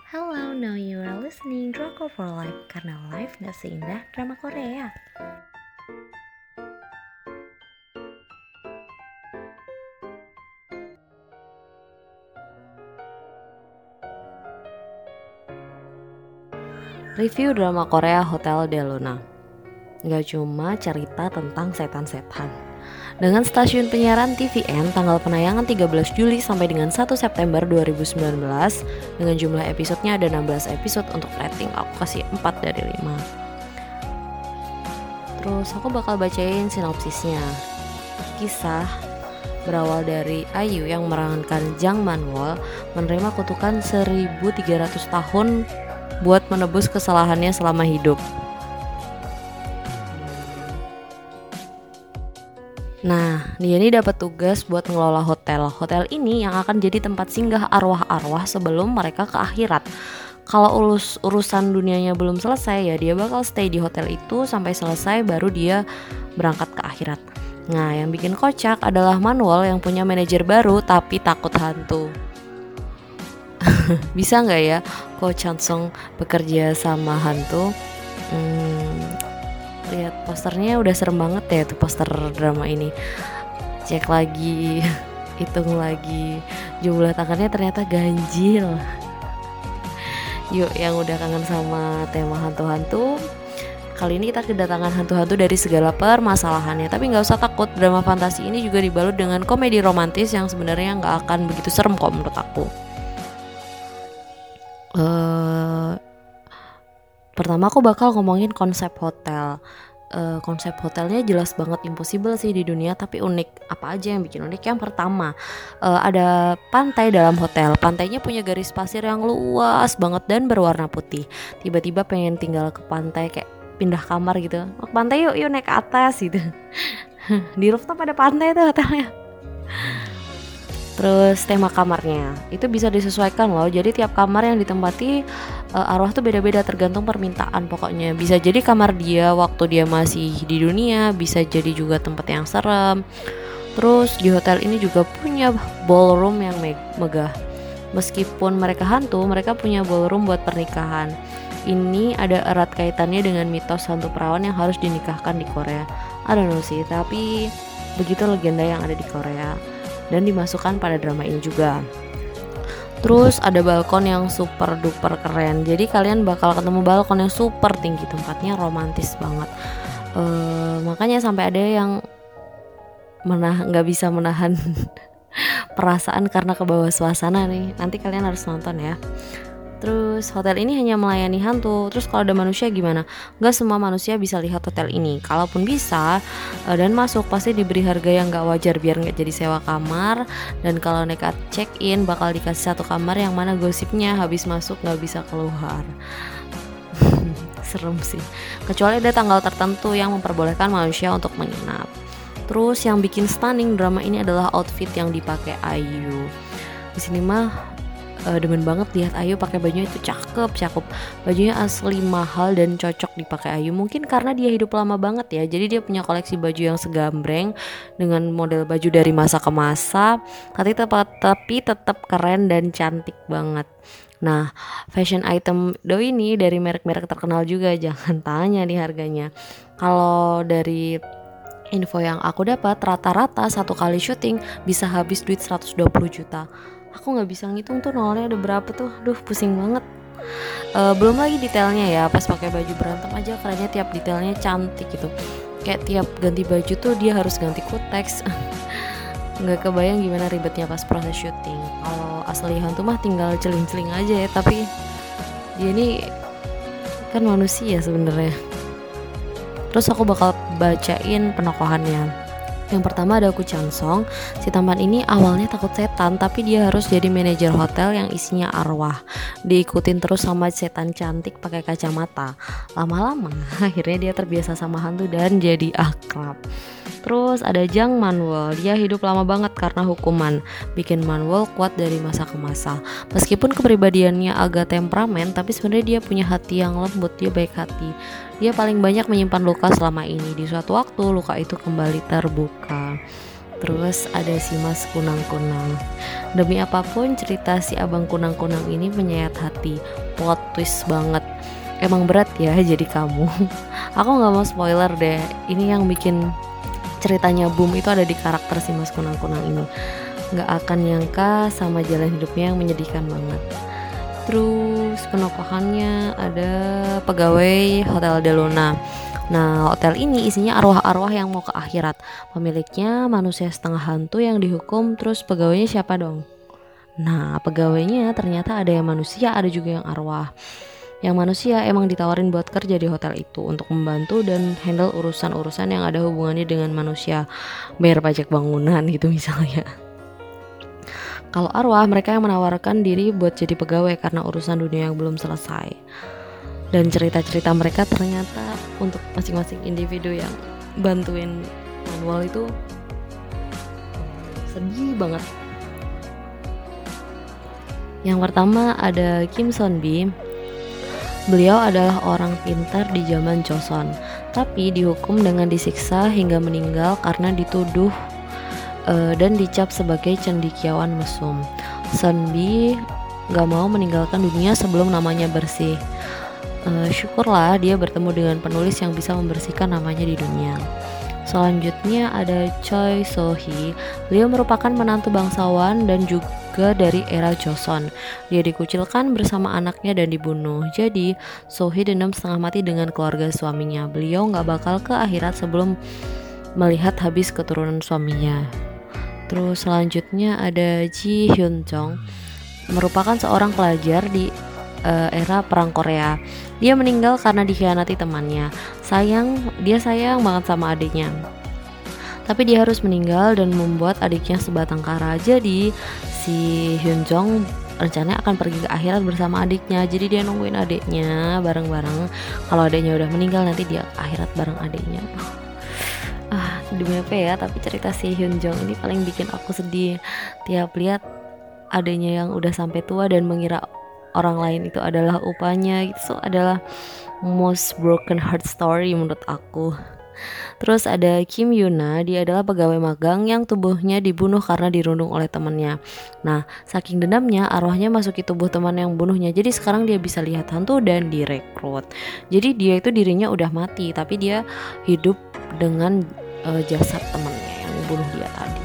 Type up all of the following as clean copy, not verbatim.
Hello, now you are listening Drama for Life karena life gak seindah drama Korea. Review drama Korea Hotel Del Luna. Gak cuma cerita tentang setan-setan. Dengan stasiun penyiaran TVN tanggal penayangan 13 Juli sampai dengan 1 September 2019, dengan jumlah episodenya ada 16 episode. Untuk rating aku kasih 4 dari 5. Terus aku bakal bacain sinopsisnya. Kisah berawal dari Ayu yang merankan Jang Manwol menerima kutukan 1300 tahun buat menebus kesalahannya selama hidup. Nah, dia ini dapat tugas buat ngelola hotel. Hotel ini yang akan jadi tempat singgah arwah-arwah sebelum mereka ke akhirat. Kalau urusan dunianya belum selesai, ya dia bakal stay di hotel itu sampai selesai, baru dia berangkat ke akhirat. Nah, yang bikin kocak adalah Manwol yang punya manajer baru tapi takut hantu. Bisa nggak ya Ko Chan-sung bekerja sama hantu? Lihat posternya udah serem banget ya tuh poster drama ini. Cek lagi, hitung lagi, jumlah tangannya ternyata ganjil. Yuk yang udah kangen sama tema hantu-hantu, kali ini kita kedatangan hantu-hantu dari segala permasalahannya. Tapi gak usah takut, drama fantasi ini juga dibalut dengan komedi romantis yang sebenarnya gak akan begitu serem kok menurut aku. Pertama aku bakal ngomongin konsep hotel. Konsep hotelnya jelas banget impossible sih di dunia, tapi unik. Apa aja yang bikin unik? Yang pertama, ada pantai dalam hotel. Pantainya punya garis pasir yang luas banget dan berwarna putih. Tiba-tiba pengen tinggal ke pantai, kayak pindah kamar gitu. Ke pantai yuk naik ke atas gitu. Di rooftop ada pantai tuh hotelnya. Terus tema kamarnya itu bisa disesuaikan loh. Jadi tiap kamar yang ditempati arwah tuh beda-beda tergantung permintaan pokoknya. Bisa jadi kamar dia waktu dia masih di dunia, bisa jadi juga tempat yang serem. Terus di hotel ini juga punya ballroom yang megah. Meskipun mereka hantu, mereka punya ballroom buat pernikahan. Ini ada erat kaitannya dengan mitos hantu perawan yang harus dinikahkan di Korea. I don't know sih, tapi begitu legenda yang ada di Korea dan dimasukkan pada drama ini juga. Terus ada balkon yang super duper keren. Jadi kalian bakal ketemu balkon yang super tinggi, tempatnya romantis banget. Makanya sampai ada yang nggak bisa menahan perasaan karena ke bawah suasana nih. Nanti kalian harus nonton ya. Terus hotel ini hanya melayani hantu. Terus kalau ada manusia gimana? Gak semua manusia bisa lihat hotel ini. Kalaupun bisa dan masuk, pasti diberi harga yang gak wajar biar gak jadi sewa kamar. Dan kalau nekat check in, bakal dikasih satu kamar yang mana gosipnya habis masuk gak bisa keluar. Serem sih. Kecuali ada tanggal tertentu yang memperbolehkan manusia untuk menginap. Terus yang bikin stunning drama ini adalah outfit yang dipakai Ayu. Di sini mah demen banget lihat Ayu pakai bajunya itu cakep. Bajunya asli mahal dan cocok dipakai Ayu. Mungkin karena dia hidup lama banget ya. Jadi dia punya koleksi baju yang segambreng dengan model baju dari masa ke masa, tapi tetap keren dan cantik banget. Nah, fashion item do ini dari merek-merek terkenal juga. Jangan tanya nih harganya. Kalau dari info yang aku dapat, rata-rata satu kali syuting bisa habis duit 120 juta. Aku gak bisa ngitung tuh nolnya ada berapa tuh. Duh pusing banget. Belum lagi detailnya ya. Pas pakai baju berantem aja kerennya, tiap detailnya cantik gitu. Kayak tiap ganti baju tuh dia harus ganti kuteks. Gak kebayang gimana ribetnya pas proses syuting. Kalau asli hantu mah tinggal celing-celing aja ya. Tapi dia ini kan manusia sebenarnya. Terus aku bakal bacain penokohannya. Yang pertama ada Ko Chan-sung. Si tampan ini awalnya takut setan, tapi dia harus jadi manajer hotel yang isinya arwah. Diikutin terus sama setan cantik pakai kacamata. Lama-lama akhirnya dia terbiasa sama hantu dan jadi akrab. Terus ada Jang Manwol. Dia hidup lama banget karena hukuman, bikin Manwol kuat dari masa ke masa. Meskipun kepribadiannya agak temperamen, tapi sebenarnya dia punya hati yang lembut. Dia baik hati. Dia paling banyak menyimpan luka selama ini. Di suatu waktu luka itu kembali terbuka. Terus ada si Mas Kunang-Kunang. Demi apapun cerita si Abang Kunang-Kunang ini menyayat hati. Plot twist banget. Emang berat ya jadi kamu. Aku gak mau spoiler deh. Ini yang bikin ceritanya boom itu ada di karakter si Mas Kunang-Kunang ini. Gak akan nyangka sama jalan hidupnya yang menyedihkan banget. Terus penokohannya ada pegawai Hotel Del Luna. Nah, hotel ini isinya arwah-arwah yang mau ke akhirat. Pemiliknya manusia setengah hantu yang dihukum. Terus pegawainya siapa dong? Nah, pegawainya ternyata ada yang manusia, ada juga yang arwah. Yang manusia emang ditawarin buat kerja di hotel itu untuk membantu dan handle urusan-urusan yang ada hubungannya dengan manusia, bayar pajak bangunan gitu misalnya. Kalau arwah, mereka yang menawarkan diri buat jadi pegawai karena urusan dunia yang belum selesai. Dan cerita-cerita mereka ternyata untuk masing-masing individu yang bantuin manual itu sedih banget. Yang pertama ada Kim Son Bi. Beliau adalah orang pintar di zaman Joseon, tapi dihukum dengan disiksa hingga meninggal karena dituduh dan dicap sebagai cendekiawan mesum. Son Bi gak mau meninggalkan dunia sebelum namanya bersih. Syukurlah dia bertemu dengan penulis yang bisa membersihkan namanya di dunia. Selanjutnya ada Choi So-hee. Beliau merupakan menantu bangsawan dan juga dari era Joseon. Dia dikucilkan bersama anaknya dan dibunuh. Jadi So-hee dendam setengah mati dengan keluarga suaminya. Beliau gak bakal ke akhirat sebelum melihat habis keturunan suaminya. Terus selanjutnya ada Ji Hyun Jong, merupakan seorang pelajar di era perang Korea. Dia meninggal karena dikhianati temannya. Dia sayang banget sama adiknya. Tapi dia harus meninggal dan membuat adiknya sebatang kara. Jadi si Hyun Jong rencananya akan pergi ke akhirat bersama adiknya. Jadi dia nungguin adiknya bareng-bareng. Kalau adiknya udah meninggal nanti dia ke akhirat bareng adiknya. Demi apa ya, tapi cerita si Hyun Jong ini paling bikin aku sedih. Tiap lihat adiknya yang udah sampai tua dan mengira orang lain itu adalah upahnya, itu adalah most broken heart story menurut aku. Terus ada Kim Yuna, dia adalah pegawai magang yang tubuhnya dibunuh karena dirundung oleh temannya. Nah, saking dendamnya arwahnya masuki tubuh teman yang bunuhnya. Jadi sekarang dia bisa lihat hantu dan direkrut. Jadi dia itu dirinya udah mati, tapi dia hidup dengan jasad temannya yang bunuh dia tadi.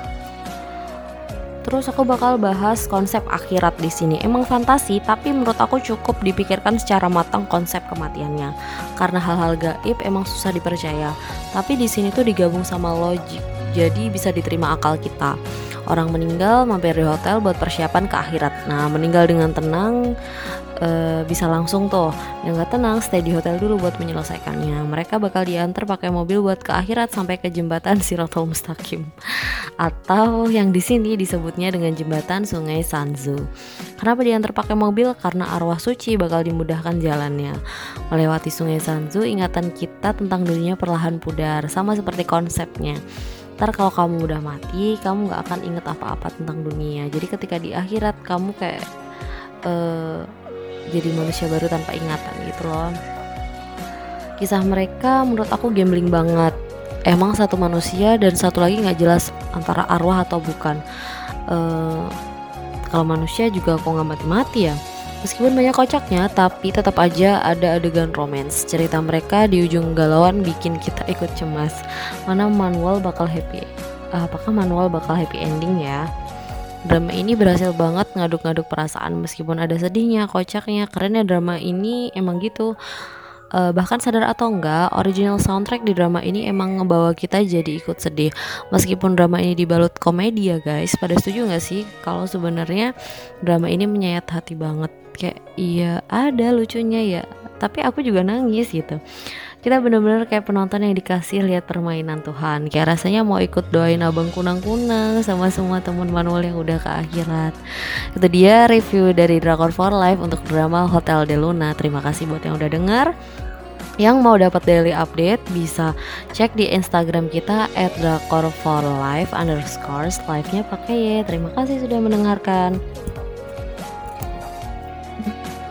Terus aku bakal bahas konsep akhirat di sini. Emang fantasi, tapi menurut aku cukup dipikirkan secara matang konsep kematiannya. Karena hal-hal gaib emang susah dipercaya. Tapi di sini tuh digabung sama logik, jadi bisa diterima akal kita. Orang meninggal mampir di hotel buat persiapan ke akhirat. Nah, meninggal dengan tenang bisa langsung tuh. Yang gak tenang stay di hotel dulu buat menyelesaikannya. Mereka bakal diantar pakai mobil buat ke akhirat sampai ke jembatan Shiratal Mustaqim, atau yang di sini disebutnya dengan jembatan Sungai Sanzu. Kenapa diantar pakai mobil? Karena arwah suci bakal dimudahkan jalannya. Melewati Sungai Sanzu, ingatan kita tentang dunia perlahan pudar, sama seperti konsepnya. Ntar kalau kamu udah mati, kamu gak akan inget apa-apa tentang dunia. Jadi ketika di akhirat kamu kayak jadi manusia baru tanpa ingatan gitu loh. Kisah mereka menurut aku gambling banget. Emang satu manusia dan satu lagi gak jelas antara arwah atau bukan. Kalau manusia juga kok gak mati-mati ya. Meskipun banyak kocaknya, tapi tetap aja ada adegan romance. Cerita mereka di ujung galauan bikin kita ikut cemas. Apakah Manual bakal happy ending ya? Drama ini berhasil banget ngaduk-ngaduk perasaan. Meskipun ada sedihnya, kocaknya, kerennya drama ini emang gitu. Bahkan sadar atau enggak, original soundtrack di drama ini emang ngebawa kita jadi ikut sedih. Meskipun drama ini dibalut komedi ya guys. Pada setuju gak sih kalau sebenarnya drama ini menyayat hati banget? Kayak iya ada lucunya ya, tapi aku juga nangis gitu. Kita bener-bener kayak penonton yang dikasih lihat permainan Tuhan. Kayak rasanya mau ikut doain Abang Kunang-Kunang sama semua teman Manual yang udah ke akhirat. Itu dia review dari Drakor for Life untuk drama Hotel Del Luna. Terima kasih buat yang udah dengar. Yang mau dapat daily update bisa cek di Instagram kita @drakor4life_. Live-nya pakai ya. Terima kasih sudah mendengarkan.